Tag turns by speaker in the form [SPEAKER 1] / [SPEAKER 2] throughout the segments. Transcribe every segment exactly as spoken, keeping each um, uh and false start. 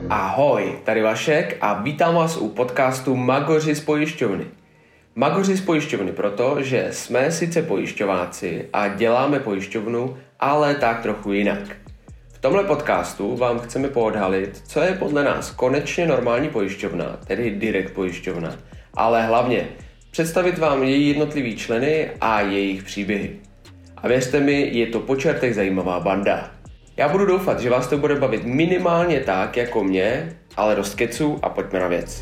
[SPEAKER 1] Ahoj, tady Vašek a vítám vás u podcastu Magoři z pojišťovny. Magoři z pojišťovny proto, že jsme sice pojišťováci a děláme pojišťovnu, ale tak trochu jinak. V tomhle podcastu vám chceme poodhalit, co je podle nás konečně normální pojišťovna, tedy direkt pojišťovna, ale hlavně představit vám její jednotlivý členy a jejich příběhy. A věřte mi, je to po čertech zajímavá banda. Já budu doufat, že vás to bude bavit minimálně tak, jako mě, ale dost keců a pojďme na věc.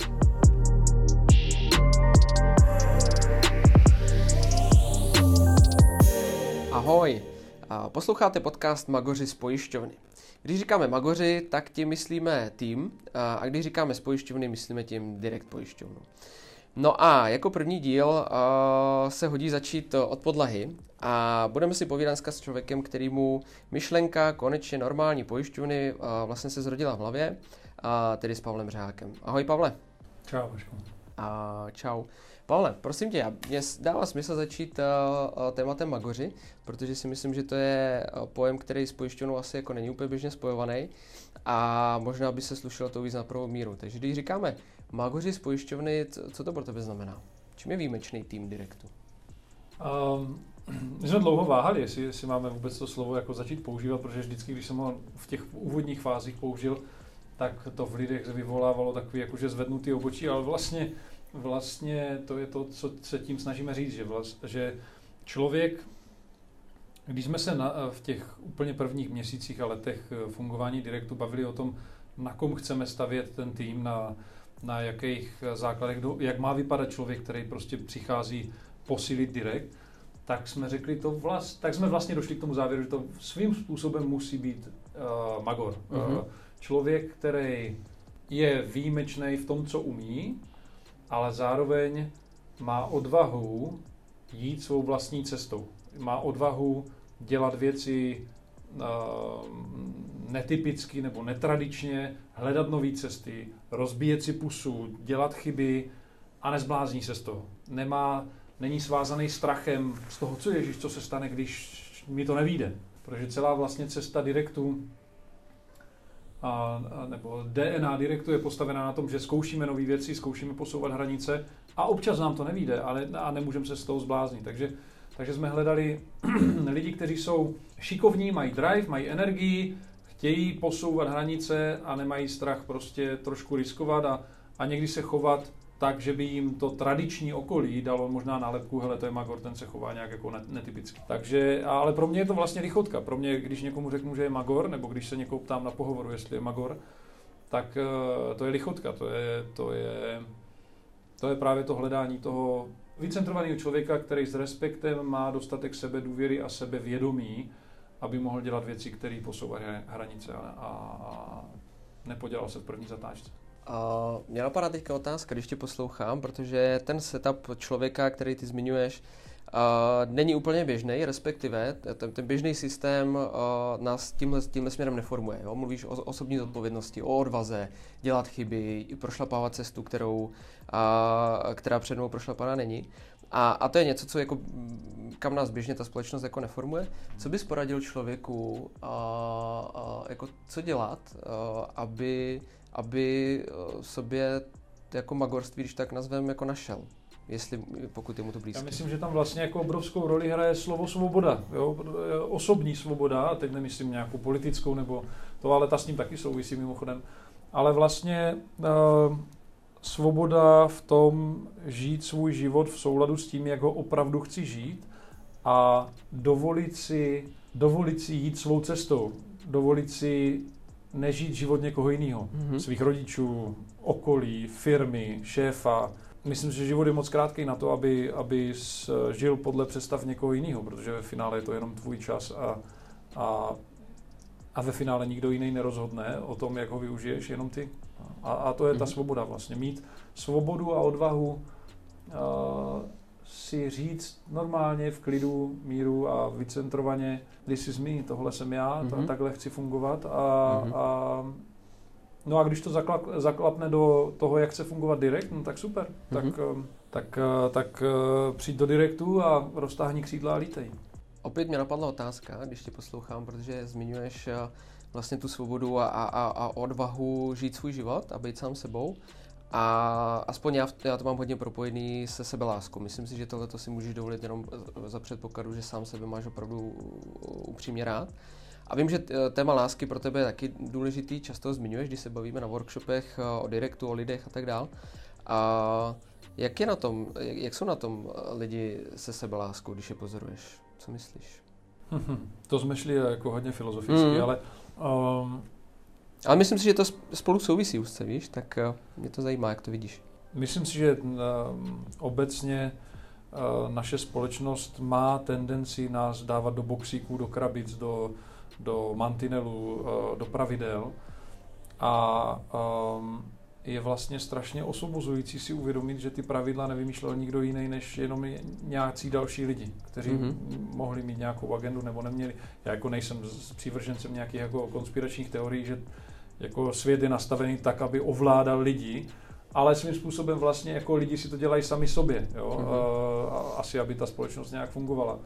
[SPEAKER 1] Ahoj, posloucháte podcast Magoři z pojišťovny. Když říkáme Magoři, tak tím myslíme tým, a když říkáme z pojišťovny, myslíme tím direkt pojišťovnu. No a jako první díl uh, se hodí začít od podlahy a budeme si povídat dneska s člověkem, kterýmu myšlenka konečně normální pojišťovny uh, vlastně se zrodila v hlavě, uh, tedy s Pavlem Řehákem. Ahoj Pavle.
[SPEAKER 2] Čau Vašku.
[SPEAKER 1] Uh, čau. Pavle, prosím tě, mě dává smysl začít uh, tématem Magoři, protože si myslím, že to je pojem, který s pojišťovnou asi jako není úplně běžně spojovaný a možná by se slušelo to víc na prvou míru. Takže když říkáme Magoři z pojišťovny, co to pro tebe znamená? Čím je výjimečný tým direktu?
[SPEAKER 2] Um, my jsme dlouho váhali, jestli, jestli máme vůbec to slovo jako začít používat, protože vždycky, když jsem ho v těch úvodních fázích použil, tak to v lidech vyvolávalo takový jakože zvednutý obočí, ale vlastně, vlastně to je to, co se tím snažíme říct, že, vlast, že člověk, když jsme se na, v těch úplně prvních měsících a letech fungování direktu bavili o tom, na kom chceme stavět ten tým, na na jakých základech, jak má vypadat člověk, který prostě přichází posílit direkt, tak jsme řekli to vlast, tak jsme vlastně došli k tomu závěru, že to svým způsobem musí být uh, magor. Uh-huh. Uh, člověk, který je výjimečný v tom, co umí, ale zároveň má odvahu jít svou vlastní cestou. Má odvahu dělat věci uh, netypicky nebo netradičně, hledat nové cesty, rozbíjet si pusu, dělat chyby a nezblázní se z toho. Nemá, není svázaný strachem z toho, co ježiš, co se stane, když mi to nevyjde. Protože celá vlastně cesta direktu a, a, nebo D N A direktu je postavená na tom, že zkoušíme nové věci, zkoušíme posouvat hranice a občas nám to nevyjde ale, a nemůžeme se z toho zbláznit. Takže, takže jsme hledali lidi, kteří jsou šikovní, mají drive, mají energii, chtějí posouvat hranice a nemají strach prostě trošku riskovat a, a někdy se chovat tak, že by jim to tradiční okolí dalo možná nálepku, hele, to je magor, ten se chová nějak jako netypicky. Takže, ale pro mě je to vlastně lichotka. Pro mě, když někomu řeknu, že je magor, nebo když se někoho ptám na pohovoru, jestli je magor, tak to je lichotka. To je, to je, to je právě to hledání toho vycentrovaného člověka, který s respektem má dostatek sebedůvěry a sebevědomí, aby mohl dělat věci, které posouvají hranice a, a nepodělal se v první zatáčce.
[SPEAKER 1] Uh, mě napadá teďka otázka, když tě poslouchám, protože ten setup člověka, který ty zmiňuješ, uh, není úplně běžný, respektive ten, ten běžný systém uh, nás tímhle, tímhle směrem neformuje. Jo? Mluvíš o osobní zodpovědnosti, o odvaze, dělat chyby, prošlapávat cestu, kterou, uh, která před mnou prošlapaná není. A, a to je něco, co jako, kam nás běžně ta společnost jako neformuje. Co bys poradil člověku, a, a, jako, co dělat, a, aby, aby sobě jako magorství, když tak nazveme, jako našel? Jestli, pokud je mu to blízké.
[SPEAKER 2] Já myslím, že tam vlastně jako obrovskou roli hraje slovo svoboda. Jo? Osobní svoboda, a teď nemyslím nějakou politickou, nebo to, ale ta s ním taky souvisí mimochodem. Ale vlastně uh, svoboda v tom žít svůj život v souladu s tím, jak ho opravdu chci žít a dovolit si, dovolit si jít svou cestou, dovolit si nežít život někoho jiného, mm-hmm. svých rodičů, okolí, firmy, šéfa. Myslím si, že život je moc krátký na to, aby, aby žil podle představ někoho jiného, protože ve finále je to jenom tvůj čas a, a, a ve finále nikdo jiný nerozhodne o tom, jak ho využiješ, jenom ty. A, a to je ta svoboda vlastně. Mít svobodu a odvahu uh, si říct normálně v klidu, míru a vycentrovaně, this is me, tohle jsem já, mm-hmm. takhle chci fungovat. A, mm-hmm. a, no a když to zaklap, zaklapne do toho, jak chce fungovat direkt, no tak super. Mm-hmm. Tak, tak, tak přijď do direktu a roztáhni křídla a lítej.
[SPEAKER 1] Opět mě napadla otázka, když tě poslouchám, protože zmiňuješ vlastně tu svobodu a, a, a odvahu žít svůj život a být sám sebou. A aspoň já, já to mám hodně propojený se sebeláskou. Myslím si, že tohleto si můžeš dovolit jenom za předpokladu, že sám sebe máš opravdu upřímně rád. A vím, že téma lásky pro tebe je taky důležitý, často ho zmiňuješ, když se bavíme na workshopech o direktu, o lidech a tak dál. A jak je na tom, jak, jak jsou na tom lidi se sebeláskou, když je pozoruješ? Co myslíš?
[SPEAKER 2] To jsme šli jako hodně filozoficky, mm. ale... Um,
[SPEAKER 1] ale myslím si, že to spolu souvisí úzce, víš, tak mě to zajímá, jak to vidíš.
[SPEAKER 2] Myslím si, že um, obecně uh, naše společnost má tendenci nás dávat do boxíků, do krabic, do, do mantinelů, uh, do pravidel a um, je vlastně strašně osvobozující si uvědomit, že ty pravidla nevymýšlel nikdo jiný, než jenom nějací další lidi, kteří mm-hmm. mohli mít nějakou agendu nebo neměli. Já jako nejsem přívržencem nějakých jako konspiračních teorií, že jako svět je nastavený tak, aby ovládal lidi, ale svým způsobem vlastně jako lidi si to dělají sami sobě, jo? Mm-hmm. Asi, aby ta společnost nějak fungovala.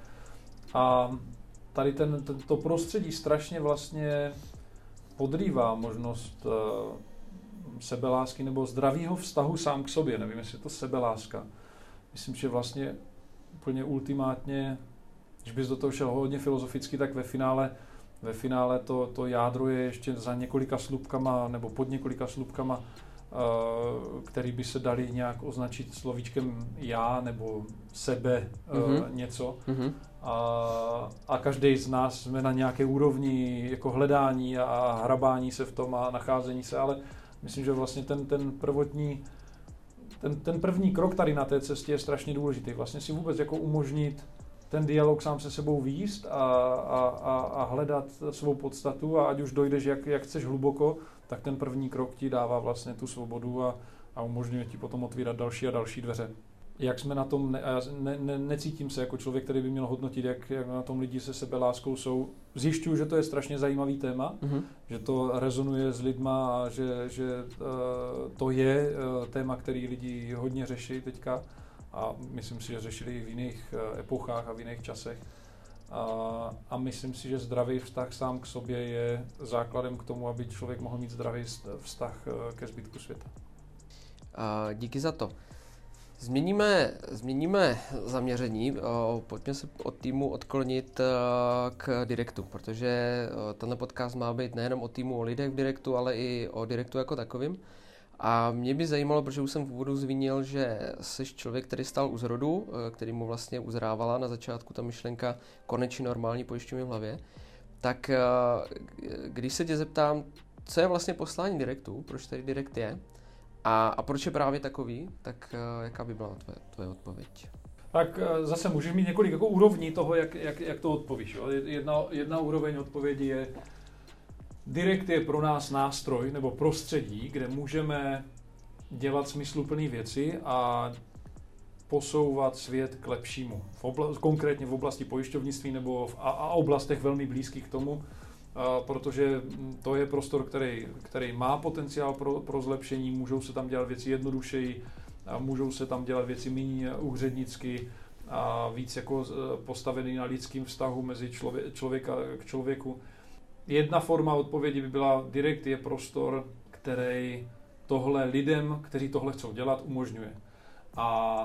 [SPEAKER 2] A tady ten, ten, to prostředí strašně vlastně podrývá možnost sebelásky nebo zdravýho vztahu sám k sobě. Nevím, jestli je to sebeláska. Myslím, že vlastně úplně ultimátně, když bys do toho šel hodně filozoficky, tak ve finále, ve finále to, to jádro je ještě za několika slupkama nebo pod několika slupkama, který by se dali nějak označit slovíčkem já nebo sebe mm-hmm. něco. Mm-hmm. A, a každý z nás jsme na nějaké úrovni jako hledání a hrabání se v tom a nacházení se, ale myslím, že vlastně ten, ten prvotní, ten, ten první krok tady na té cestě je strašně důležitý. Vlastně si vůbec jako umožnit ten dialog sám se sebou vést a, a, a, a hledat svou podstatu a ať už dojdeš jak, jak chceš hluboko, tak ten první krok ti dává vlastně tu svobodu a, a umožňuje ti potom otvírat další a další dveře. Jak jsme na tom, ne, ne, ne, necítím se jako člověk, který by měl hodnotit, jak, jak na tom lidi se sebeláskou jsou. Zjišťuju, že to je strašně zajímavý téma, mm-hmm. že to rezonuje s lidma a že, že uh, to je uh, téma, který lidi hodně řeší teďka a myslím si, že řešili i v jiných uh, epochách a v jiných časech. A, a myslím si, že zdravý vztah sám k sobě je základem k tomu, aby člověk mohl mít zdravý vztah uh, ke zbytku světa.
[SPEAKER 1] Uh, díky za to. Změníme, změníme zaměření, pojďme se od týmu odklonit k direktu, protože tenhle podcast má být nejenom o týmu, o lidech v direktu, ale i o direktu jako takovým. A mě by zajímalo, protože už jsem v úvodu zmínil, že jsi člověk, který stál u zrodu, který mu vlastně uzrávala na začátku ta myšlenka konečně normální pojišťovny v hlavě. Tak když se tě zeptám, co je vlastně poslání direktu, proč tady direkt je, A, a proč je právě takový, tak uh, jaká by byla tvoje, tvoje odpověď?
[SPEAKER 2] Tak uh, zase můžeš mít několik jako úrovní toho, jak, jak, jak to odpovíš. Jo? Jedna, jedna úroveň odpovědi je, direkt je pro nás nástroj nebo prostředí, kde můžeme dělat smysluplné věci a posouvat svět k lepšímu. V obla, konkrétně v oblasti pojišťovnictví nebo v, a, a oblastech velmi blízkých k tomu, Uh, protože to je prostor, který, který má potenciál pro, pro zlepšení, můžou se tam dělat věci jednodušeji, a můžou se tam dělat věci méně úřednicky a víc jako postavený na lidském vztahu mezi člově, člověka k člověku. Jedna forma odpovědi by byla, direkt je prostor, který tohle lidem, kteří tohle chcou dělat, umožňuje. A,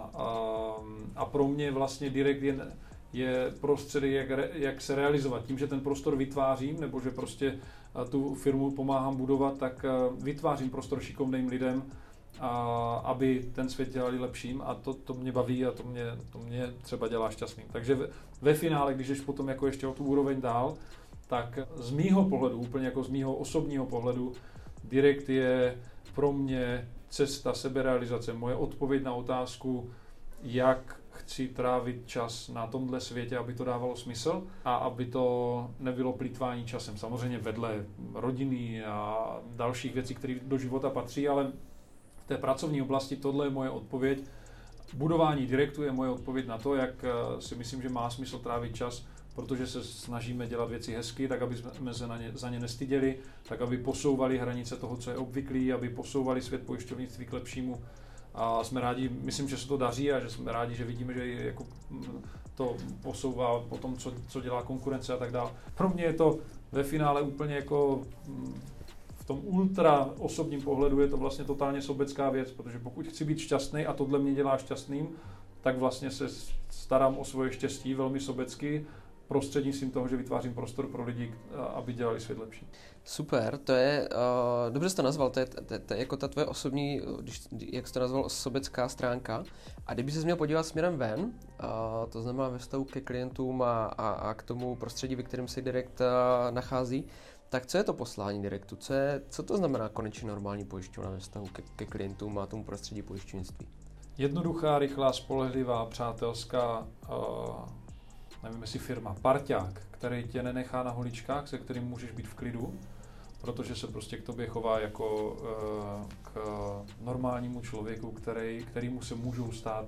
[SPEAKER 2] a, a pro mě vlastně direkt je je prostředí, jak, jak se realizovat. Tím, že ten prostor vytvářím, nebo že prostě tu firmu pomáhám budovat, tak vytvářím prostor šikovným lidem, a, aby ten svět dělali lepším a to, to mě baví a to mě, to mě třeba dělá šťastným. Takže ve, ve finále, když jdeš potom jako ještě o tu úroveň dál, tak z mýho pohledu, úplně jako z mýho osobního pohledu, direkt je pro mě cesta seberealizace, moje odpověď na otázku, jak chci trávit čas na tomhle světě, aby to dávalo smysl a aby to nebylo plýtvání časem. Samozřejmě vedle rodiny a dalších věcí, které do života patří, ale v té pracovní oblasti tohle je moje odpověď. Budování direktu je moje odpověď na to, jak si myslím, že má smysl trávit čas, protože se snažíme dělat věci hezky, tak aby jsme se na ně, za ně nestyděli, tak aby posouvali hranice toho, co je obvyklý, aby posouvali svět pojišťovnictví k lepšímu. A jsme rádi, myslím, že se to daří a že jsme rádi, že vidíme, že jako to posouvá po tom, co, co dělá konkurence a tak dále. Pro mě je to ve finále úplně jako v tom ultra osobním pohledu je to vlastně totálně sobecká věc, protože pokud chci být šťastný a tohle mě dělá šťastným, tak vlastně se starám o svoje štěstí velmi sobecky, prostřednictvím toho, že vytvářím prostor pro lidi, aby dělali svět lepší.
[SPEAKER 1] Super, to je, uh, dobře jsi to nazval, to je, to, to je jako ta tvoje osobní, když, jak jsi to nazval, sobecká stránka. A kdyby ses měl podívat směrem ven, uh, to znamená ve vztahu ke klientům a, a, a k tomu prostředí, ve kterém se direkt uh, nachází, tak co je to poslání direktu? Co, je, co to znamená konečně normální pojišťovna ve vztahu ke, ke klientům a tomu prostředí pojišťovnictví?
[SPEAKER 2] Jednoduchá, rychlá, spolehlivá, přátelská, uh, nevím jestli firma, parťák, který tě nenechá na holičkách, se kterým můžeš být v klidu, protože se prostě k tobě chová jako uh, k normálnímu člověku, který, kterýmu se můžou stát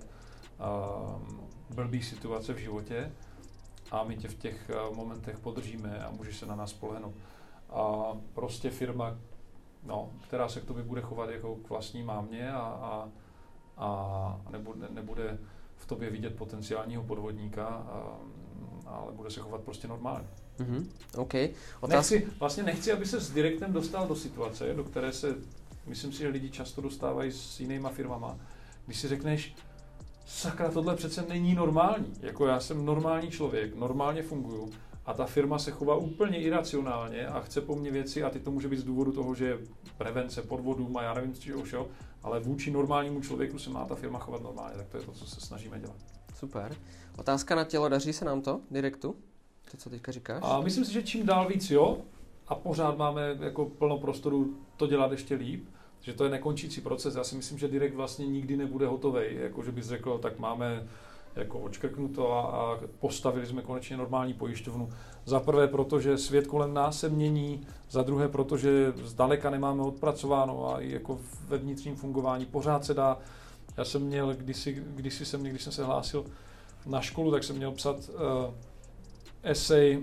[SPEAKER 2] uh, blbý situace v životě a my tě v těch uh, momentech podržíme a můžeš se na nás spolehnout. A prostě firma, no, která se k tobě bude chovat jako k vlastní mámě a, a, a nebude, nebude v tobě vidět potenciálního podvodníka, a, ale bude se chovat prostě normálně.
[SPEAKER 1] Mm-hmm. Okay. Otáz...
[SPEAKER 2] Nechci, vlastně nechci, aby se s direktem dostal do situace, do které se, myslím si, že lidi často dostávají s jinýma firmama. Když si řekneš, sakra, tohle přece není normální. Jako já jsem normální člověk, normálně funguju a ta firma se chová úplně iracionálně a chce po mně věci a ty to může být z důvodu toho, že prevence podvodům a já nevím, čeho všeho, ale vůči normálnímu člověku se má ta firma chovat normálně, tak to je to, co se snažíme dělat.
[SPEAKER 1] Super. Otázka na tělo, daří se nám to direktu? To, co teďka říkáš?
[SPEAKER 2] A myslím si, že čím dál víc jo, a pořád máme jako plno prostoru to dělat ještě líp, že to je nekončící proces. Já si myslím, že direkt vlastně nikdy nebude hotovej, jako že bys řekl, tak máme jako odškrknuto a, a postavili jsme konečně normální pojišťovnu. Za prvé, protože svět kolem nás se mění, za druhé, protože zdaleka nemáme odpracováno a i jako ve vnitřním fungování pořád se dá. Já jsem měl, kdysi, kdysi jsem, když jsem se hlásil na školu, tak jsem měl psat uh, esej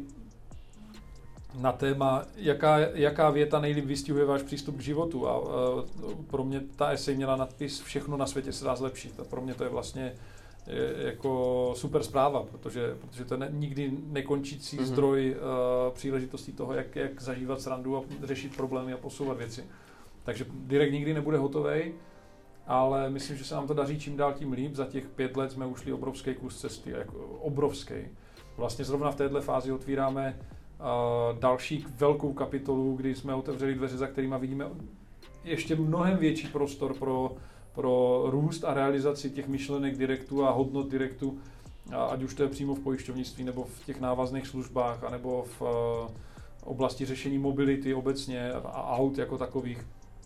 [SPEAKER 2] na téma, jaká, jaká věta nejlíp vystihuje váš přístup k životu. A uh, pro mě ta esej měla nadpis Všechno na světě se dá zlepšit. A pro mě to je vlastně je, jako super zpráva, protože, protože to je ne, nikdy nekončící mm-hmm. zdroj uh, příležitostí toho, jak, jak zažívat srandu a řešit problémy a posouvat věci. Takže direkt nikdy nebude hotovej, ale myslím, že se nám to daří čím dál tím líp. Za těch pět let jsme ušli obrovský kus cesty, jako obrovský. Vlastně zrovna v této fázi otvíráme uh, další velkou kapitolu, kdy jsme otevřeli dveře, za kterými vidíme ještě mnohem větší prostor pro, pro růst a realizaci těch myšlenek direktu a hodnot direktu, ať už to je přímo v pojišťovnictví, nebo v těch návazných službách, anebo v uh, oblasti řešení mobility obecně a aut jako takových.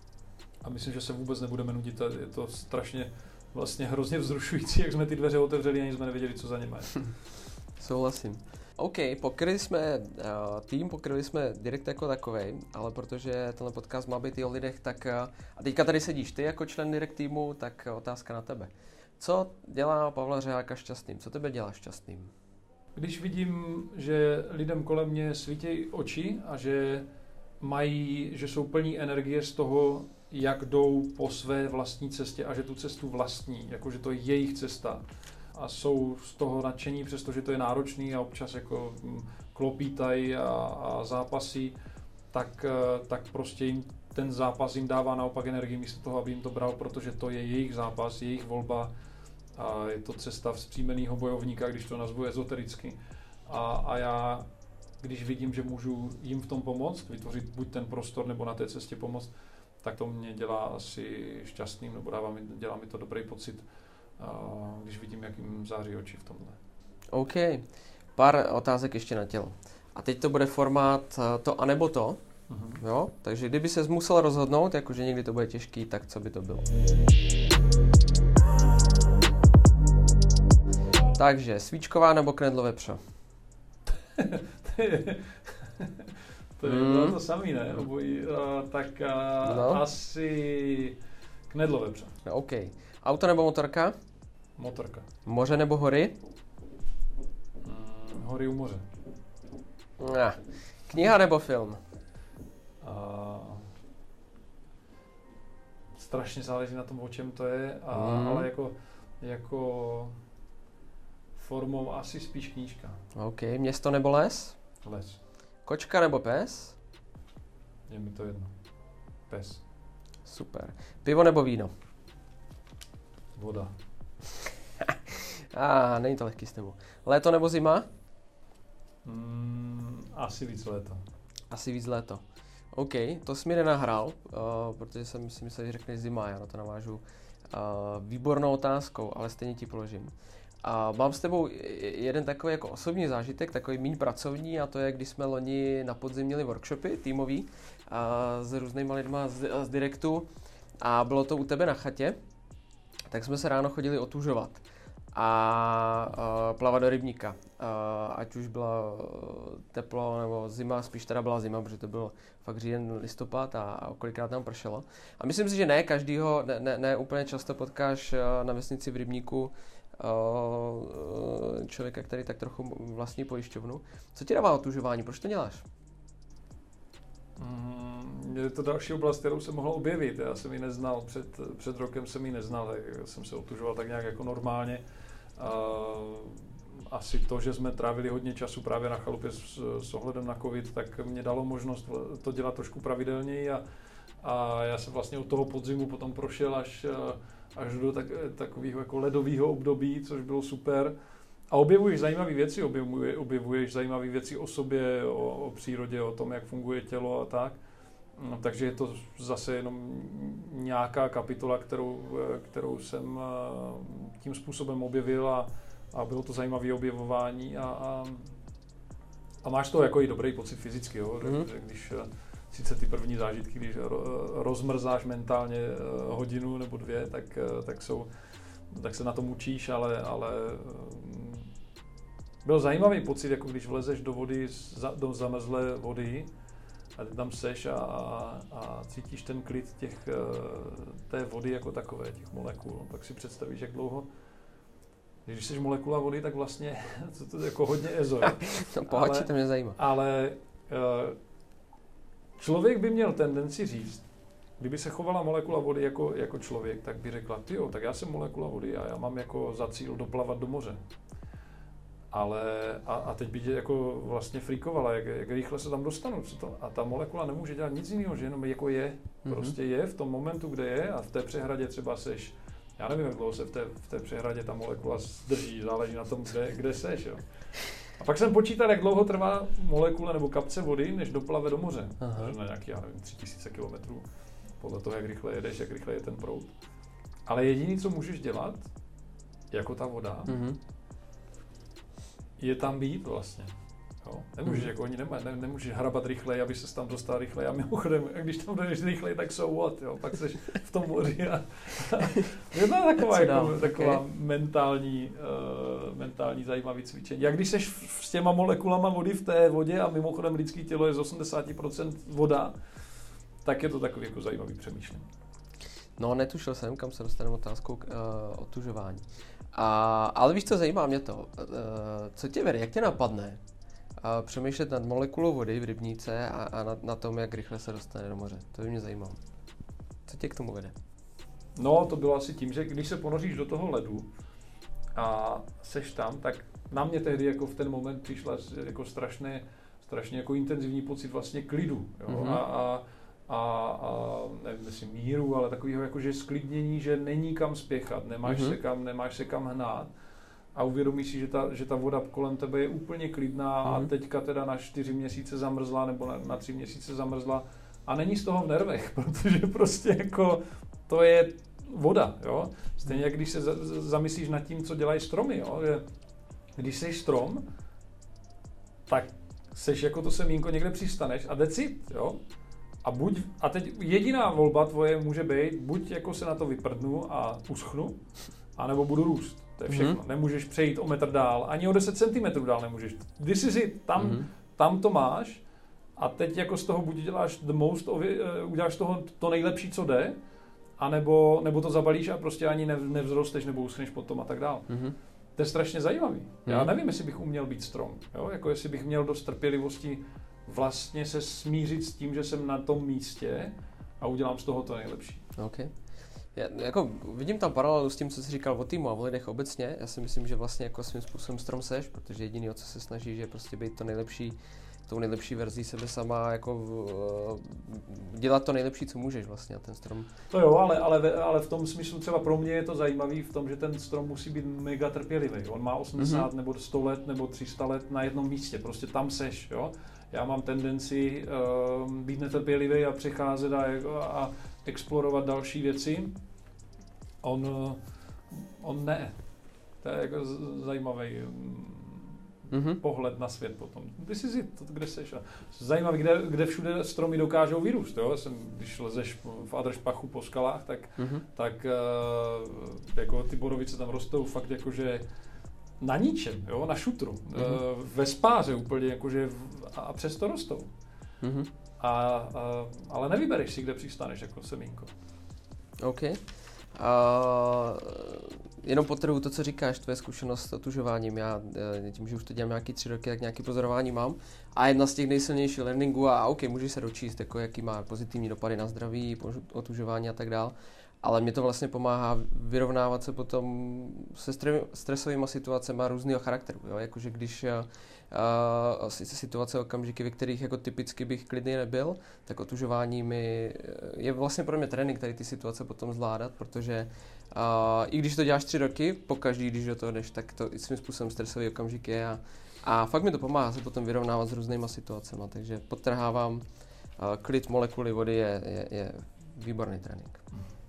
[SPEAKER 2] A myslím, že se vůbec nebudeme nudit. Je to strašně vlastně hrozně vzrušující, jak jsme ty dveře otevřeli, ani jsme nevěděli, co za něma je.
[SPEAKER 1] Souhlasím. OK, pokryli jsme uh, tým, pokryli jsme direkt jako takovej, ale protože tenhle podcast má být i o lidech, tak uh, a teďka tady sedíš ty jako člen direkt týmu, tak uh, otázka na tebe. Co dělá Pavla Řeháka šťastným? Co tebe dělá šťastným?
[SPEAKER 2] Když vidím, že lidem kolem mě svítějí oči a že mají, že jsou plní energie z toho, jak jdou po své vlastní cestě a že tu cestu vlastní, jakože to je jejich cesta a jsou z toho nadšení, přestože to je náročný a občas jako klopítají a, a zápasí, tak, tak prostě jim ten zápas jim dává naopak energii místo toho, aby jim to bral, protože to je jejich zápas, jejich volba a je to cesta vzpřímenýho bojovníka, když to nazvu ezotericky. A, a já, když vidím, že můžu jim v tom pomoct, vytvořit buď ten prostor nebo na té cestě pomoct, tak to mě dělá asi šťastným, nebo dává mi, dělá mi to dobrý pocit, když vidím, jak jim září oči v tomhle.
[SPEAKER 1] OK. Pár otázek ještě na tělo. A teď to bude formát to anebo to. Uh-huh. Jo? Takže kdyby ses musel rozhodnout, jakože někdy to bude těžký, tak co by to bylo? Takže svíčková nebo knedlo vepřo?
[SPEAKER 2] To je mm. to samý, ne? Obojí. Uh, tak uh, no. asi knedlo vepřo.
[SPEAKER 1] OK. Auto nebo motorka?
[SPEAKER 2] Motorka.
[SPEAKER 1] Moře nebo hory?
[SPEAKER 2] Mm, hory u moře.
[SPEAKER 1] Ah. Kniha nebo film?
[SPEAKER 2] Uh, strašně záleží na tom, o čem to je, a, mm. ale jako, jako formou asi spíš knížka.
[SPEAKER 1] OK. Město nebo les?
[SPEAKER 2] Les.
[SPEAKER 1] Kočka nebo pes?
[SPEAKER 2] Je mi to jedno. Pes.
[SPEAKER 1] Super. Pivo nebo víno?
[SPEAKER 2] Voda.
[SPEAKER 1] A ah, není to lehký s tebou. Léto nebo zima?
[SPEAKER 2] Mm, asi víc léto.
[SPEAKER 1] Asi víc léto. OK, to jsi mi nenahrál, uh, protože jsem si myslel, že řekneš zima, já na to navážu uh, výbornou otázkou, ale stejně ti položím. A mám s tebou jeden takový jako osobní zážitek, takový míň pracovní, a to je, když jsme loni na podzim měli workshopy týmový uh, s různýma lidma z, z Direktu a bylo to u tebe na chatě, tak jsme se ráno chodili otužovat a uh, plavat do rybníka, uh, ať už byla teplo nebo zima, spíš teda byla zima, protože to byl fakt říjen, listopad a, a kolikrát tam pršelo. A myslím si, že ne každýho, ne, ne, ne úplně často potkáš uh, na vesnici v rybníku uh, člověka, který tak trochu vlastní pojišťovnu. Co ti dává otužování, proč to děláš?
[SPEAKER 2] Mm, je to další oblast, kterou jsem mohl objevit. Já jsem ji neznal, před, před rokem jsem ji neznal, tak jsem se otužoval tak nějak jako normálně. Uh, asi to, že jsme trávili hodně času právě na chalupě s, s ohledem na covid, tak mě dalo možnost to dělat trošku pravidelněji a, a já jsem vlastně od toho podzimu potom prošel až, až do tak, takového jako ledového období, což bylo super. A objevuješ zajímavé věci, objevuješ, objevuješ zajímavé věci o sobě, o, o přírodě, o tom, jak funguje tělo a tak. No, takže je to zase jenom nějaká kapitola, kterou, kterou jsem tím způsobem objevil a, a bylo to zajímavé objevování a, a, a máš to jako i dobrý pocit fyzicky, jo? Mm-hmm. Že když sice ty první zážitky, když rozmrzáš mentálně hodinu nebo dvě, tak, tak, jsou, tak se na to mučíš, ale, ale byl zajímavý pocit, jako když vlezeš do vody, do zamrzlé vody, a ty tam seš a, a, a cítíš ten klid těch, té vody jako takové, těch molekul. Pak si představíš, jak dlouho, když jsi molekula vody, tak vlastně to, to je jako hodně ezo.
[SPEAKER 1] No pohodči, to mě zajímá.
[SPEAKER 2] Ale člověk by měl tendenci říct, kdyby se chovala molekula vody jako, jako člověk, tak by řekla, tyjo, tak já jsem molekula vody a já mám jako za cíl doplavat do moře. Ale a, a teď by tě jako vlastně freakovala, jak, jak rychle se tam dostanu, co to? A ta molekula nemůže dělat nic jiného, že jenom jako je, mm-hmm. prostě je v tom momentu, kde je a v té přehradě třeba seš, já nevím, jak dlouho se v té, v té přehradě ta molekula zdrží, záleží na tom, kde, kde seš, jo. A pak jsem počítal, jak dlouho trvá molekula nebo kapce vody, než doplave do moře. Aha. Na nějaký, já nevím, tři tisíce kilometrů, podle toho, jak rychle jedeš, jak rychle je ten proud. Ale jediný, co můžeš dělat, jako ta voda, mm-hmm. je tam být vlastně. Jo? Nemůžeš, mm. jako oni nemá, ne, nemůžeš hrabat rychleji, aby se tam dostal rychleji a mimochodem, když tam jdeš rychleji, tak so what, jo? Pak jsi v tom moři a, a je to taková, jako, taková okay. mentální, uh, mentální zajímavý cvičení. Jak když jsi s těma molekulama vody v té vodě a mimochodem lidské tělo je z osmdesát procent voda, tak je to takový jako zajímavý přemýšlení.
[SPEAKER 1] No, netušil jsem, kam se dostaneme otázkou k uh, otužování. A, ale víš co, zajímá mě to, uh, co tě vede, jak tě napadne uh, přemýšlet nad molekulou vody v rybníce a, a na, na tom, jak rychle se dostane do moře. To by mě zajímalo. Co tě k tomu vede?
[SPEAKER 2] No, to bylo asi tím, že když se ponoříš do toho ledu a seš tam, tak na mě tehdy jako v ten moment přišla jako strašně, strašně jako intenzivní pocit vlastně klidu. Jo? Mm-hmm. A, a a, a nevím, jestli míru, ale takového jakože sklidnění, že není kam spěchat, nemáš, mm-hmm. se, kam, nemáš se kam hnát a uvědomíš si, že ta, že ta voda kolem tebe je úplně klidná mm-hmm. a teďka teda na čtyři měsíce zamrzla nebo na, na tři měsíce zamrzla a není z toho v nervech, protože prostě jako to je voda, jo. Stejně jak když se za, zamyslíš nad tím, co dělají stromy, jo, že když jsi strom, tak seš jako to semínko někde přistaneš a decit, jo. A, buď, a teď jediná volba tvoje může být, buď jako se na to vyprdnu a uschnu, anebo budu růst. To je všechno. Mm-hmm. Nemůžeš přejít o metr dál, ani o deset centimetrů dál nemůžeš. Když jsi si tam, mm-hmm. tam to máš a teď jako z toho buď děláš the most of it, uh, uděláš z toho to nejlepší, co jde, anebo, nebo to zabalíš a prostě ani nev, nevzrosteš nebo uschneš potom a tak dál. Mm-hmm. To je strašně zajímavý. Mm-hmm. Já nevím, jestli bych uměl být strom, jo? Jako jestli bych měl dost trpělivosti vlastně se smířit s tím, že jsem na tom místě a udělám z toho to nejlepší.
[SPEAKER 1] Okay. Já jako vidím tam paralelu s tím, co jsi říkal o týmu a o lidech obecně. Já si myslím, že vlastně jako svým způsobem strom seš, protože jediný, o co se snažíš, je prostě být to nejlepší tou nejlepší verzí sebe sama, jako uh, dělat to nejlepší, co můžeš vlastně, ten strom.
[SPEAKER 2] To jo, ale, ale, ale v tom smyslu třeba pro mě je to zajímavý v tom, že ten strom musí být mega trpělivý. On má osmdesát mm-hmm. nebo sto let nebo tři sta let na jednom místě, prostě tam seš, jo. Já mám tendenci uh, být netrpělivý a přecházet a, a explorovat další věci. On, on ne. To je jako zajímavý mm-hmm. pohled na svět potom. This is it, kde seš. Zajímavý, kde, kde všude stromy dokážou vyrůst. Jo? Jsem, když lezeš v Adršpachu po skalách, tak, mm-hmm. tak uh, jako ty borovice tam rostou fakt jakože na ničem, jo? Na šutru. Mm-hmm. Uh, ve spáře úplně, jakože a, a přesto rostou. Mm-hmm. A, a, ale nevybereš si, kde přistaneš jako semínko.
[SPEAKER 1] OK. Uh, jenom podtrhuji to, co říkáš, tvoje zkušenost s otužováním. Já tím, že už to dělám nějaký tři roky, tak nějaké pozorování mám. A jedna z těch nejsilnějších learningů, a OK, můžeš se dočíst, jako jaký má pozitivní dopady na zdraví, otužování a tak dál. Ale mě to vlastně pomáhá vyrovnávat se potom se stresovými situacemi různého charakteru. Jo? Jakože když uh, sice situace, okamžiky, ve kterých jako typicky bych klidný nebyl, tak otužování mi je vlastně pro mě trénink tady ty situace potom zvládat, protože uh, i když to děláš tři roky, pokaždý, když do toho jdeš, tak to i svým způsobem stresový okamžik je a, a fakt mi to pomáhá se potom vyrovnávat s různýma situacemi, takže podtrhávám, uh, klid molekuly vody je, je, je výborný trénink.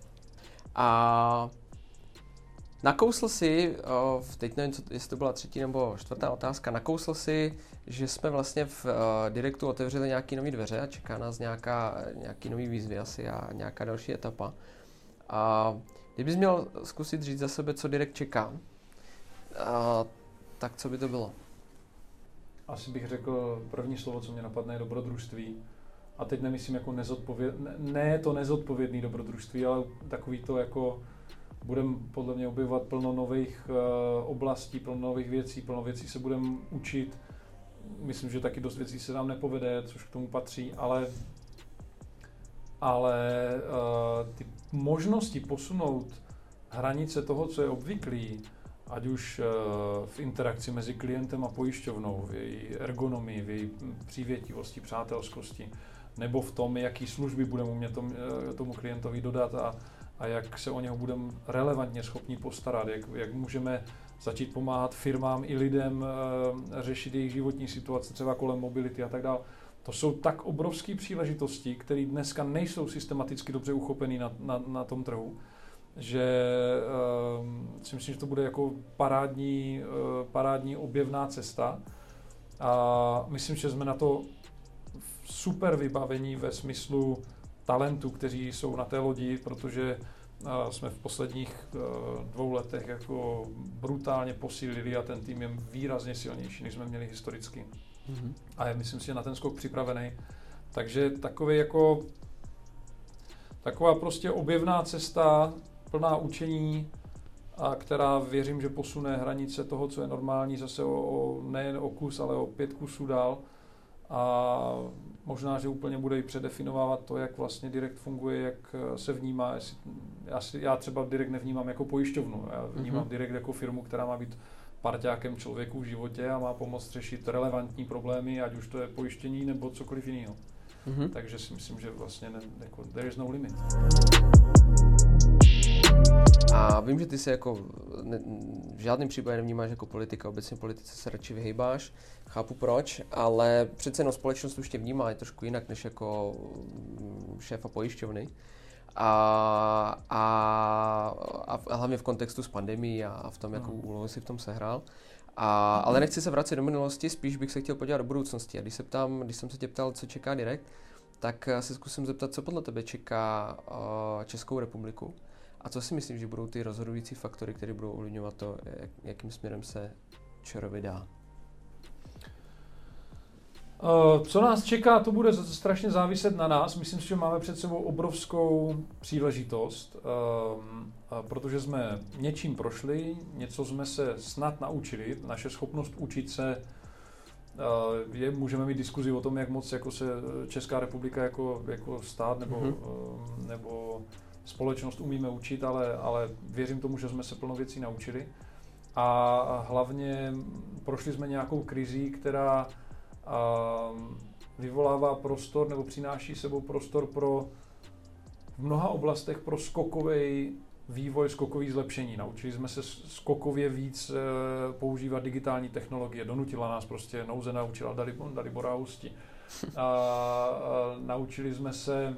[SPEAKER 1] A nakousl si, teď nevím, jestli to byla třetí nebo čtvrtá otázka, nakousl si, že jsme vlastně v Direktu otevřeli nějaké nové dveře a čeká nás nějaká, nějaký nový výzvy asi a nějaká další etapa. A kdybys měl zkusit říct za sebe, co Direkt čeká, a, tak co by to bylo?
[SPEAKER 2] Asi bych řekl, první slovo, co mě napadne, je dobrodružství. A teď nemyslím jako nezodpověd... ne, ne to nezodpovědný dobrodružství, ale takový to jako budeme podle mě objevovat plno nových uh, oblastí, plno nových věcí, plno věcí se budeme učit. Myslím, že taky dost věcí se nám nepovede, což k tomu patří, ale, ale uh, ty možnosti posunout hranice toho, co je obvyklý, ať už uh, v interakci mezi klientem a pojišťovnou, v její ergonomii, v její přívětivosti, přátelskosti, nebo v tom, jaký služby budeme umět tomu, tomu klientovi dodat a, a jak se o něho budeme relevantně schopni postarat, jak, jak můžeme začít pomáhat firmám i lidem e, řešit jejich životní situace, třeba kolem mobility a tak dále. To jsou tak obrovské příležitosti, které dneska nejsou systematicky dobře uchopené na, na, na tom trhu, že e, si myslím, že to bude jako parádní, e, parádní objevná cesta a myslím, že jsme na to super vybavení ve smyslu talentů, kteří jsou na té lodi, protože uh, jsme v posledních uh, dvou letech jako brutálně posílili a ten tým je výrazně silnější, než jsme měli historicky. Mm-hmm. A je, myslím si, že na ten skok připravený. Takže takový jako taková prostě objevná cesta, plná učení, a která věřím, že posune hranice toho, co je normální, zase o, o, nejen o kus, ale o pět kusů dál. A možná, že úplně bude i předefinovávat to, jak vlastně Direkt funguje, jak se vnímá. Já, si, já třeba Direkt nevnímám jako pojišťovnu, já vnímám mm-hmm. Direkt jako firmu, která má být parťákem člověku v životě a má pomoct řešit relevantní problémy, ať už to je pojištění nebo cokoliv jiného. Mm-hmm. Takže si myslím, že vlastně ne, jako, there is no limit.
[SPEAKER 1] A vím, že ty se jako ne, v žádném případě nevnímáš jako politika, obecně politice se radši vyhejbáš, chápu proč, ale přece jenom společnost už tě vnímá je trošku jinak než jako šéfa pojišťovny. A, a, a hlavně v kontextu s pandemií a v tom, jakou úlohu si v tom sehrál. A, ale nechci se vracet do minulosti, spíš bych se chtěl podívat do budoucnosti. A když se ptám, když jsem se tě ptal, co čeká Direkt, tak se zkusím zeptat, co podle tebe čeká uh, Českou republiku. A co si myslíš, že budou ty rozhodující faktory, které budou ovlivňovat to, jak, jakým směrem se ČR vydá?
[SPEAKER 2] Co nás čeká, to bude strašně záviset na nás. Myslím si, že máme před sebou obrovskou příležitost, protože jsme něčím prošli, něco jsme se snad naučili. Naše schopnost učit se, je, můžeme mít diskuzi o tom, jak moc jako se Česká republika jako, jako stát nebo, mm-hmm. nebo společnost umíme učit, ale, ale věřím tomu, že jsme se plno věcí naučili. A hlavně prošli jsme nějakou krizí, která vyvolává prostor nebo přináší sebou prostor pro v mnoha oblastech pro skokový vývoj, skokový zlepšení. Naučili jsme se skokově víc e, používat digitální technologie. Donutila nás prostě nouze, naučila Dalibor, Dalibora Husti. A, a naučili jsme se,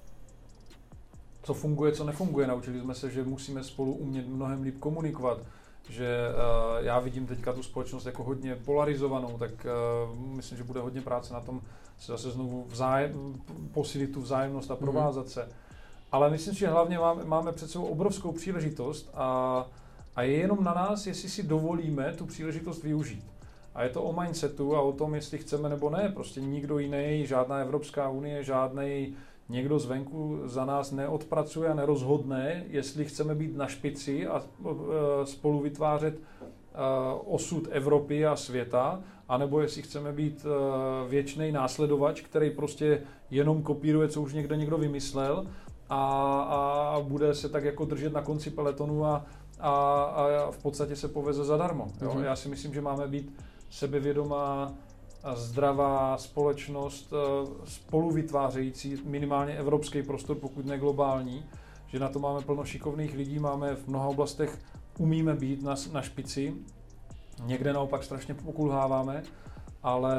[SPEAKER 2] co funguje, co nefunguje. Naučili jsme se, že musíme spolu umět mnohem líp komunikovat. Že uh, já vidím teďka tu společnost jako hodně polarizovanou, tak uh, myslím, že bude hodně práce na tom se zase znovu vzájem, posílit tu vzájemnost a provázat se. Ale myslím si, že hlavně máme, máme před sebou obrovskou příležitost a, a je jenom na nás, jestli si dovolíme tu příležitost využít. A je to o mindsetu a o tom, jestli chceme nebo ne. Prostě nikdo jiný, žádná Evropská unie, žádný někdo zvenku za nás neodpracuje a nerozhodne, jestli chceme být na špici a spolu vytvářet osud Evropy a světa, anebo jestli chceme být věčný následovač, který prostě jenom kopíruje, co už někde někdo vymyslel a, a bude se tak jako držet na konci peletonu a, a, a v podstatě se poveze zadarmo. Jo? Mm-hmm. Já si myslím, že máme být sebevědomá a zdravá společnost spolu vytvářející minimálně evropský prostor, pokud ne globální, že na to máme plno šikovných lidí, máme v mnoha oblastech, umíme být na, na špici, někde naopak strašně pokulháváme, ale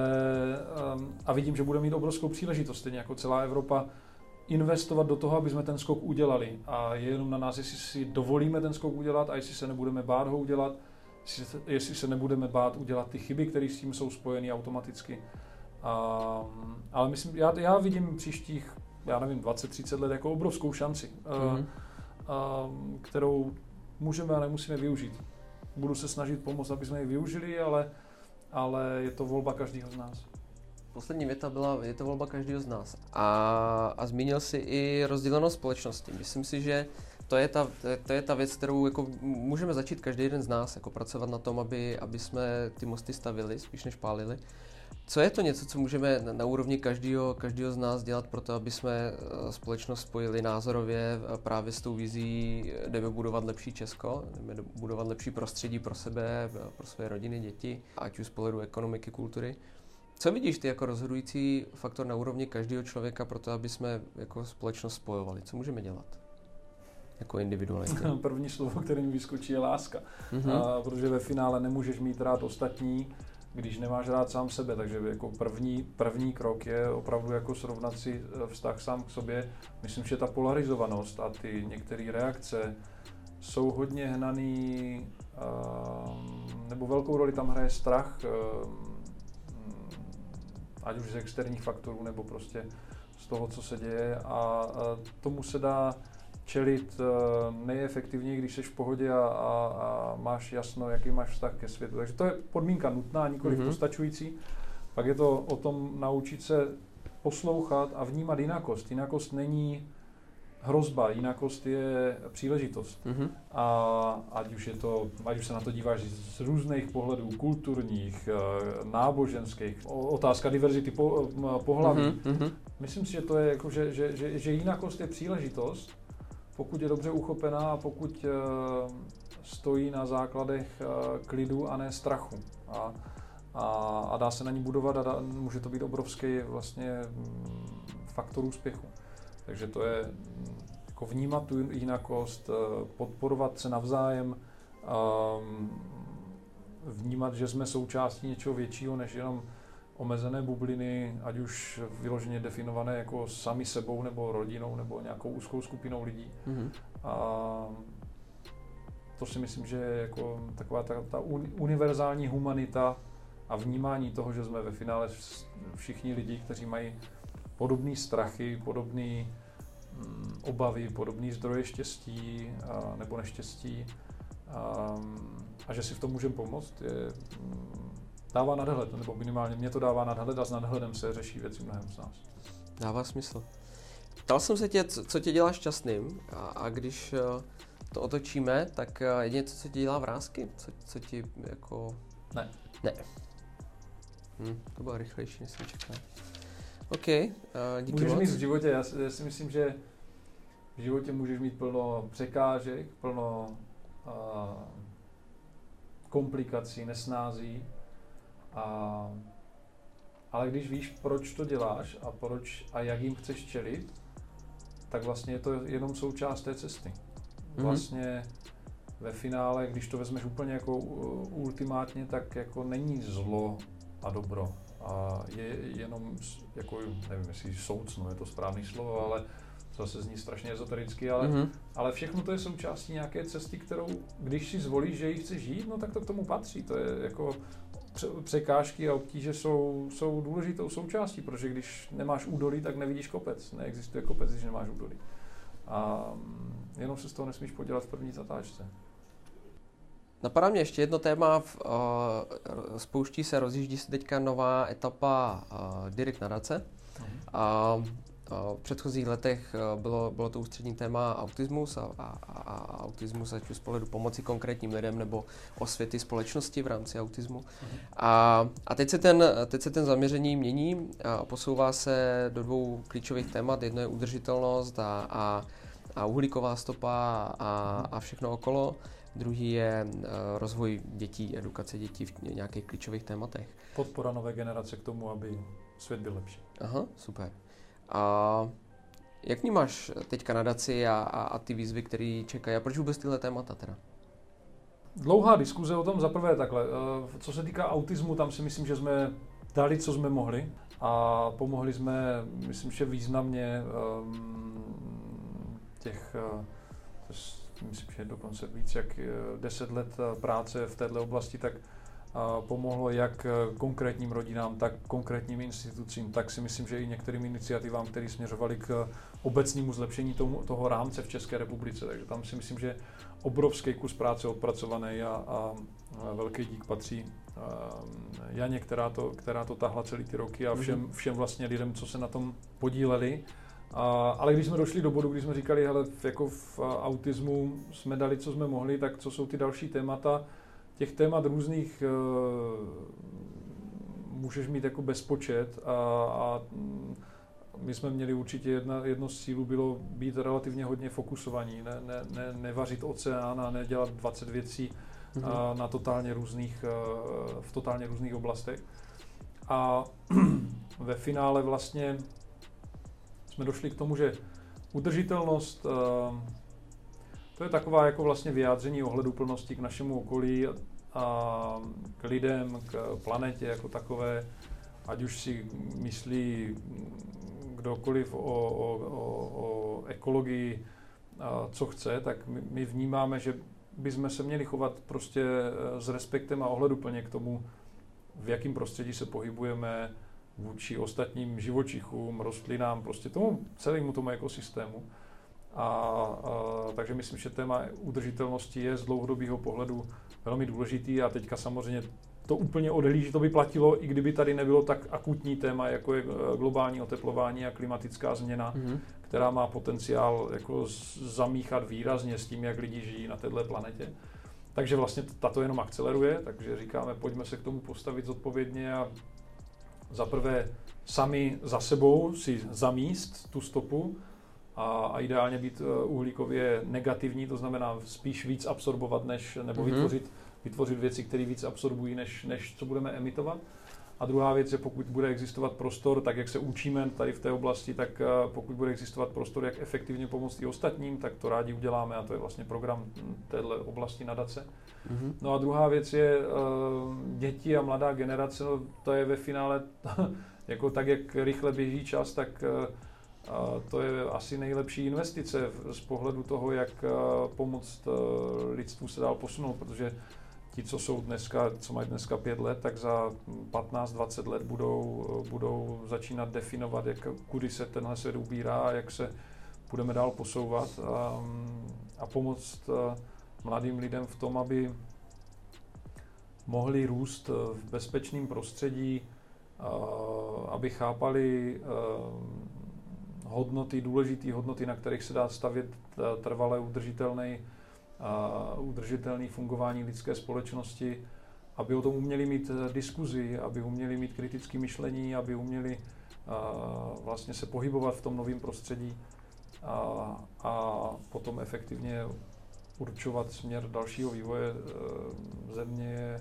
[SPEAKER 2] a vidím, že budeme mít obrovskou příležitost, stejně jako celá Evropa, investovat do toho, aby jsme ten skok udělali. A je jenom na nás, jestli si dovolíme ten skok udělat a jestli se nebudeme bát ho udělat, jestli se nebudeme bát udělat ty chyby, které s tím jsou spojeny automaticky. A, ale myslím, já, já vidím příštích, já nevím, dvacet třicet let jako obrovskou šanci, mm-hmm. a, a, kterou můžeme a nemusíme využít. Budu se snažit pomoct, aby jsme ji využili, ale, ale je to volba každého z nás.
[SPEAKER 1] Poslední věta byla, je to volba každého z nás. A, a zmínil si i rozdělenost společnosti. Myslím si, že to je ta, to je ta věc, kterou jako můžeme začít každý jeden z nás, jako pracovat na tom, aby, aby jsme ty mosty stavili, spíš než pálili. Co je to něco, co můžeme na, na úrovni každého, každého z nás dělat pro to, aby jsme společnost spojili názorově právě s tou vizí, jdeme budovat lepší Česko, jdeme budovat lepší prostředí pro sebe, pro své rodiny, děti, ať už z pohledu ekonomiky, kultury. Co vidíš ty jako rozhodující faktor na úrovni každého člověka pro to, aby jsme jako společnost spojovali? Co můžeme dělat? Jako individuality.
[SPEAKER 2] První slovo, které mi vyskočí, je láska. Mm-hmm. A, protože ve finále nemůžeš mít rád ostatní, když nemáš rád sám sebe. Takže jako první, první krok je opravdu jako srovnat si vztah sám k sobě. Myslím, že ta polarizovanost a ty některé reakce jsou hodně hnaný, nebo velkou roli tam hraje strach, ať už z externích faktorů, nebo prostě z toho, co se děje. A tomu se dá čelit nejefektivněji, když jsi v pohodě a, a, a máš jasno, jaký máš vztah ke světu. Takže to je podmínka nutná, nikoliv mm-hmm. postačující. Pak je to o tom naučit se poslouchat a vnímat jinakost. Jinakost není hrozba, jinakost je příležitost. Mm-hmm. A ať už je to, ať už se na to díváš z různých pohledů, kulturních, náboženských, otázka diverzity po, pohlaví. Mm-hmm. Myslím si, že to je jako, že, že, že, že jinakost je příležitost, pokud je dobře uchopená a pokud uh, stojí na základech uh, klidu a ne strachu. A, a, a dá se na ní budovat a dá, může to být obrovský vlastně um, faktor úspěchu. Takže to je um, jako vnímat tu jinakost, uh, podporovat se navzájem, um, vnímat, že jsme součástí něčeho většího než jenom omezené bubliny, ať už vyloženě definované jako sami sebou, nebo rodinou, nebo nějakou úzkou skupinou lidí. Mm-hmm. A to si myslím, že je jako taková ta, ta univerzální humanita a vnímání toho, že jsme ve finále všichni lidi, kteří mají podobné strachy, podobné mm, obavy, podobné zdroje štěstí a, nebo neštěstí a, a že si v tom můžeme pomoct, je mm, dává nadhled, nebo minimálně mě to dává nadhled a s nadhledem se řeší věci mnohem z nás.
[SPEAKER 1] Dává smysl. Ptal jsem se tě, co tě dělá šťastným a, a když to otočíme, tak je něco, co tě dělá vrásky? Co, co ti jako...
[SPEAKER 2] Ne.
[SPEAKER 1] Ne. Hm, to bylo rychlejší, než jsem čekal. OK, uh, díky
[SPEAKER 2] můžeš
[SPEAKER 1] moc.
[SPEAKER 2] mít v životě, já si, já si myslím, že v životě můžeš mít plno překážek, plno uh, komplikací, nesnází, a ale když víš, proč to děláš a proč a jak jim chceš čelit, tak vlastně je to jenom součást té cesty. Vlastně ve finále, když to vezmeš úplně jako ultimátně, tak jako není zlo a dobro. A je jenom, jako, nevím, jestli soucno je to správné slovo, ale zase zní strašně ezotericky, ale, mm-hmm. ale všechno to je součástí nějaké cesty, kterou, když si zvolíš, že ji chceš žít, no tak to k tomu patří. To je jako překážky a obtíže jsou, jsou důležitou součástí, protože když nemáš údolí, tak nevidíš kopec. Neexistuje kopec, když nemáš údolí. A jenom se z toho nesmíš podělat v první zatáčce.
[SPEAKER 1] Napadá mě ještě jedno téma, v, uh, spouští se, rozjíždí se teďka nová etapa uh, Direct nadace. Uh-huh. A uh, v předchozích letech uh, bylo, bylo to ústřední téma autismus a, a, a autismus ať už z pohledu pomoci konkrétním lidem nebo osvěty společnosti v rámci autismu. Uh-huh. A, a teď, se ten, teď se ten zaměření mění a posouvá se do dvou klíčových témat. Jedno je udržitelnost a, a, a uhlíková stopa a, a všechno okolo. Druhý je uh, rozvoj dětí, edukace dětí v nějakých klíčových tématech.
[SPEAKER 2] Podpora nové generace k tomu, aby svět byl lepší.
[SPEAKER 1] Aha, super. A jak vnímáš teďka nadaci a, a, a ty výzvy, které čekají? A proč vůbec tyhle témata teda?
[SPEAKER 2] Dlouhá diskuze o tom zaprvé takhle. Co se týká autismu, tam si myslím, že jsme dali, co jsme mohli. A pomohli jsme, myslím, že významně um, těch... Uh, myslím, že dokonce víc jak deset let práce v této oblasti, tak pomohlo jak konkrétním rodinám, tak konkrétním institucím, tak si myslím, že i některým iniciativám, které směřovaly k obecnému zlepšení tomu, toho rámce v České republice. Takže tam si myslím, že obrovský kus práce odpracovaný a, a velký dík patří Janě, která to, která to tahla celý ty roky a všem, všem vlastně lidem, co se na tom podíleli. A, ale když jsme došli do bodu, kdy jsme říkali, hele, jako v autismu jsme dali, co jsme mohli, tak co jsou ty další témata? Těch témat různých uh, můžeš mít jako bezpočet a, a my jsme měli určitě jedna, jedno z cílů bylo být relativně hodně fokusovaní, ne, ne, ne, nevařit oceán a nedělat dvacet věcí mm-hmm. a, na totálně různých, uh, v totálně různých oblastech. A ve finále vlastně jsme došli k tomu, že udržitelnost, to je taková jako vlastně vyjádření ohleduplnosti k našemu okolí a k lidem, k planetě jako takové, ať už si myslí kdokoliv o, o, o, o ekologii, co chce, tak my vnímáme, že bychom se měli chovat prostě s respektem a ohleduplně k tomu, v jakém prostředí se pohybujeme, vůči ostatním živočichům, rostlinám, prostě tomu celému tomu ekosystému. A, a takže myslím, že téma udržitelnosti je z dlouhodobého pohledu velmi důležitý a teďka samozřejmě to úplně odehlíží, to by platilo, i kdyby tady nebylo tak akutní téma, jako je globální oteplování a klimatická změna, mm-hmm. která má potenciál jako zamíchat výrazně s tím, jak lidi žijí na této planetě. Takže vlastně tato jenom akceleruje, takže říkáme, pojďme se k tomu postavit zodpovědně a za prvé sami za sebou si zamíst tu stopu a, a ideálně být uhlíkově negativní, to znamená spíš víc absorbovat, než, nebo mm-hmm. vytvořit, vytvořit věci, které víc absorbují, než, než co budeme emitovat. A druhá věc je, pokud bude existovat prostor, tak jak se učíme tady v té oblasti, tak pokud bude existovat prostor, jak efektivně pomoct i ostatním, tak to rádi uděláme a to je vlastně program téhle oblasti nadace. Mm-hmm. No a druhá věc je uh, děti a mladá generace, no, to je ve finále jako tak, jak rychle běží čas, tak uh, to je asi nejlepší investice z pohledu toho, jak uh, pomoct uh, lidstvu se dál posunout, protože ti, co jsou dneska, co mají dneska pět let, tak za patnáct dvacet let budou, budou začínat definovat, jak, kudy se tenhle svět ubírá a jak se budeme dál posouvat a, a pomoct mladým lidem v tom, aby mohli růst v bezpečném prostředí, aby chápali hodnoty, důležité hodnoty, na kterých se dá stavět trvale udržitelný a udržitelné fungování lidské společnosti, aby o tom uměli mít diskuzi, aby uměli mít kritické myšlení, aby uměli uh, vlastně se pohybovat v tom novém prostředí a, a potom efektivně určovat směr dalšího vývoje uh, země,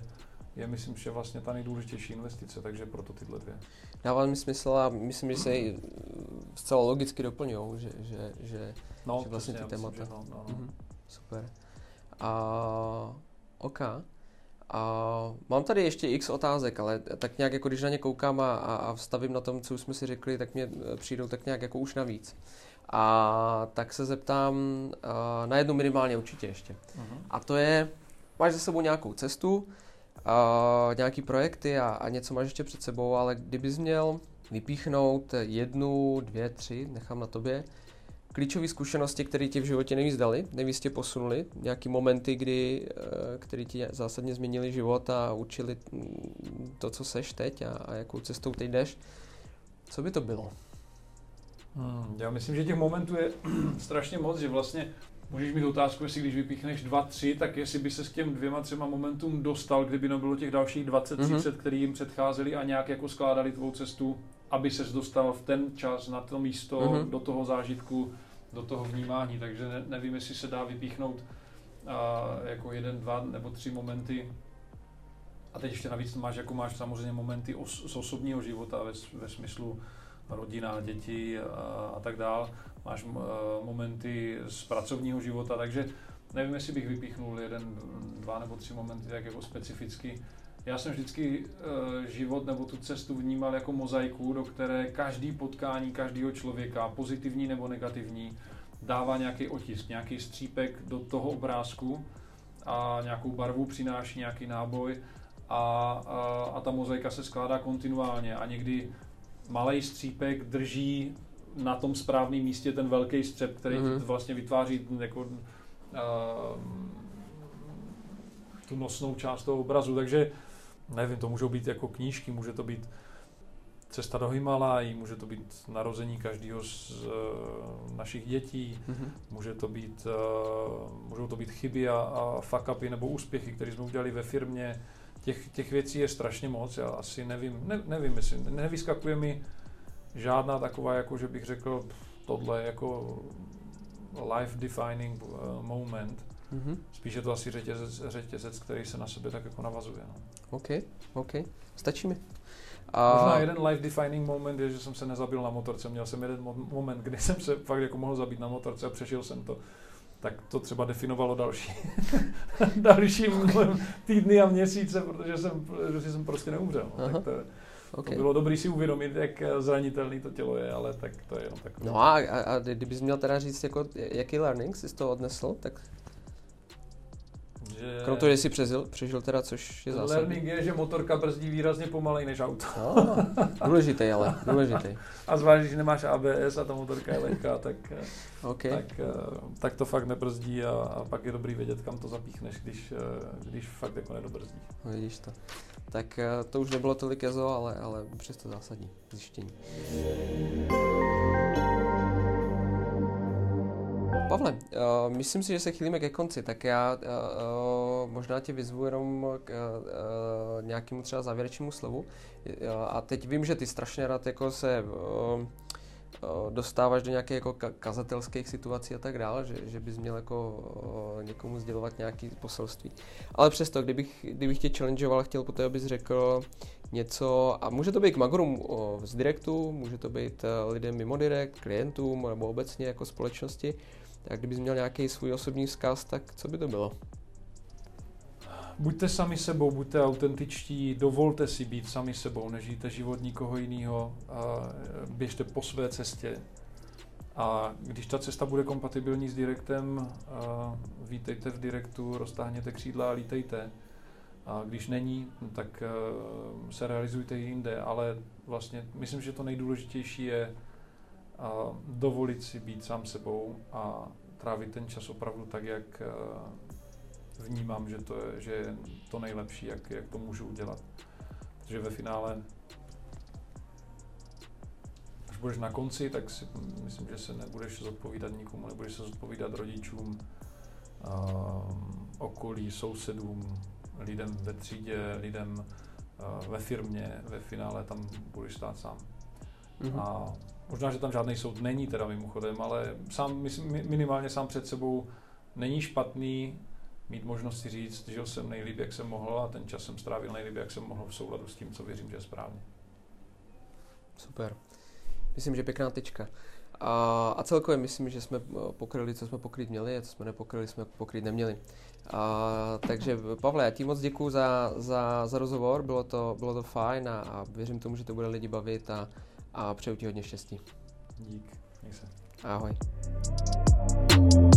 [SPEAKER 2] je, myslím, že vlastně ta nejdůležitější investice, takže proto tyhle dvě.
[SPEAKER 1] Dává mi smysl a myslím, že se i zcela logicky doplňují, že, že, že,
[SPEAKER 2] no,
[SPEAKER 1] že vlastně
[SPEAKER 2] přesně,
[SPEAKER 1] ty témata.
[SPEAKER 2] Myslím, no, no, no.
[SPEAKER 1] Mm-hmm. Super. A, OK. A mám tady ještě x otázek, ale tak nějak jako když na ně koukám a, a vstavím na tom, co už jsme si řekli, tak mě přijdou tak nějak jako už navíc. A tak se zeptám uh, na jednu minimálně určitě ještě. Uh-huh. A to je, máš za sebou nějakou cestu, uh, nějaký projekty a, a něco máš ještě před sebou, ale kdybys měl vypíchnout jednu, dvě, tři, nechám na tobě, klíčové zkušenosti, které ti v životě nejvíc dali, nejvíc tě posunuli, nějaký momenty, kdy, které ti zásadně změnili život a učili to, co seš teď a, a jakou cestou teď jdeš, co by to bylo?
[SPEAKER 2] Hmm, já myslím, že těch momentů je strašně moc, že vlastně můžeš mít otázku, jestli když vypíchneš dva, tři, tak jestli by se s těm dvěma, třema momentům dostal, kdyby nebylo těch dalších dvacet, třicet, mm-hmm. který jim předcházeli a nějak jako skládali tvou cestu, aby ses dostal v ten čas, na to místo, mm-hmm. do toho zážitku, do toho vnímání. Takže ne, nevím, jestli se dá vypíchnout a, jako jeden, dva nebo tři momenty. A teď ještě navíc máš, jako máš samozřejmě momenty os, z osobního života ve, ve smyslu rodina, děti a, a tak dál. Máš uh, momenty z pracovního života, takže nevím, jestli bych vypíchnul jeden, dva nebo tři momenty tak jako specificky. Já jsem vždycky uh, život nebo tu cestu vnímal jako mozaiku, do které každý potkání každého člověka, pozitivní nebo negativní, dává nějaký otisk, nějaký střípek do toho obrázku a nějakou barvu přináší, nějaký náboj a, a, a ta mozaika se skládá kontinuálně a někdy malej střípek drží na tom správném místě ten velký střep, který mm-hmm. vlastně vytváří jako, uh, tu nosnou část toho obrazu. Takže nevím, to můžou být jako knížky, může to být cesta do Himalají, může to být narození každého z uh, našich dětí, mm-hmm. může to být, uh, můžou to být chyby a, a fuck upy nebo úspěchy, které jsme udělali ve firmě. Těch, těch věcí je strašně moc, já asi nevím, ne, nevím, jestli nevyskakuje mi žádná taková, jako že bych řekl, tohle jako life defining uh, moment. Mm-hmm. Spíš je to asi řetězec, řetězec, který se na sebe tak jako navazuje. No.
[SPEAKER 1] OK, OK, stačí mi.
[SPEAKER 2] A... Možná jeden life defining moment je, že jsem se nezabil na motorce. Měl jsem jeden moment, kdy jsem se fakt jako mohl zabít na motorce a přežil jsem to. Tak to třeba definovalo další, další týdny a měsíce, protože jsem, protože jsem prostě neumřel. No. Tak to, okay. To bylo dobré si uvědomit, jak zranitelný to tělo je, ale tak to je jenom takové.
[SPEAKER 1] No a, a, a kdybys měl teda říct, jako, jaký learning jsi z toho odnesl, tak že... krom toho, že jsi přežil, přežil teda, což je zásadní.
[SPEAKER 2] Learning je, že motorka brzdí výrazně pomalej než auto.
[SPEAKER 1] No, důležitý ale, důležitý.
[SPEAKER 2] A zvlášť, když nemáš A B S a ta motorka je lehká, tak,
[SPEAKER 1] okay.
[SPEAKER 2] tak, tak to fakt nebrzdí a, a pak je dobrý vědět, kam to zapíchneš, když, když fakt jako nedobrzdí.
[SPEAKER 1] Vidíš to. Tak to už nebylo tolik jezo, ale, ale přesto zásadní zjištění. Pavle, uh, myslím si, že se chýlíme ke konci, tak já uh, uh, možná tě vyzvu jenom k uh, nějakému třeba závěrečnému slovu. Uh, a teď vím, že ty strašně rád jako se uh, uh, dostáváš do nějakých jako kazatelských situací a tak dále, že, že bys měl jako uh, někomu sdělovat nějaké poselství. Ale přesto, kdybych, kdybych tě challengeoval, chtěl po té, abys řekl něco, a může to být k magorům uh, z Direktu, může to být uh, lidem mimo Direkt, klientům nebo obecně jako společnosti. Tak kdybys měl nějaký svůj osobní vzkaz, tak co by to bylo?
[SPEAKER 2] Buďte sami sebou, buďte autentičtí, dovolte si být sami sebou, nežijte život nikoho jiného, běžte po své cestě. A když ta cesta bude kompatibilní s Direktem, vítejte v Direktu, roztáhněte křídla a lítejte. A když není, tak se realizujte jinde, ale vlastně myslím, že to nejdůležitější je a dovolit si být sám sebou a trávit ten čas opravdu tak, jak vnímám, že to je, že je to nejlepší, jak, jak to můžu udělat. Protože ve finále, až budeš na konci, tak si myslím, že se nebudeš zodpovídat nikomu, nebudeš se zodpovídat rodičům, okolí, sousedům, lidem ve třídě, lidem ve firmě. Ve finále tam budeš stát sám. Mm-hmm. A možná, že tam žádný soud není teda mimochodem, ale sám, myslím, minimálně sám před sebou není špatný mít možnost si říct, žil jsem nejlíp, jak jsem mohl a ten čas jsem strávil nejlíp, jak jsem mohl v souladu s tím, co věřím, že je správně.
[SPEAKER 1] Super. Myslím, že pěkná tečka. A, a celkově myslím, že jsme pokryli, co jsme pokryt měli a co jsme nepokryli, jsme pokryt neměli. A, takže Pavle, já ti moc děkuju za, za, za rozhovor, bylo to, bylo to fajn a, a věřím tomu, že to bude lidi bavit a, a přeju ti hodně štěstí.
[SPEAKER 2] Dík, měj se.
[SPEAKER 1] Ahoj.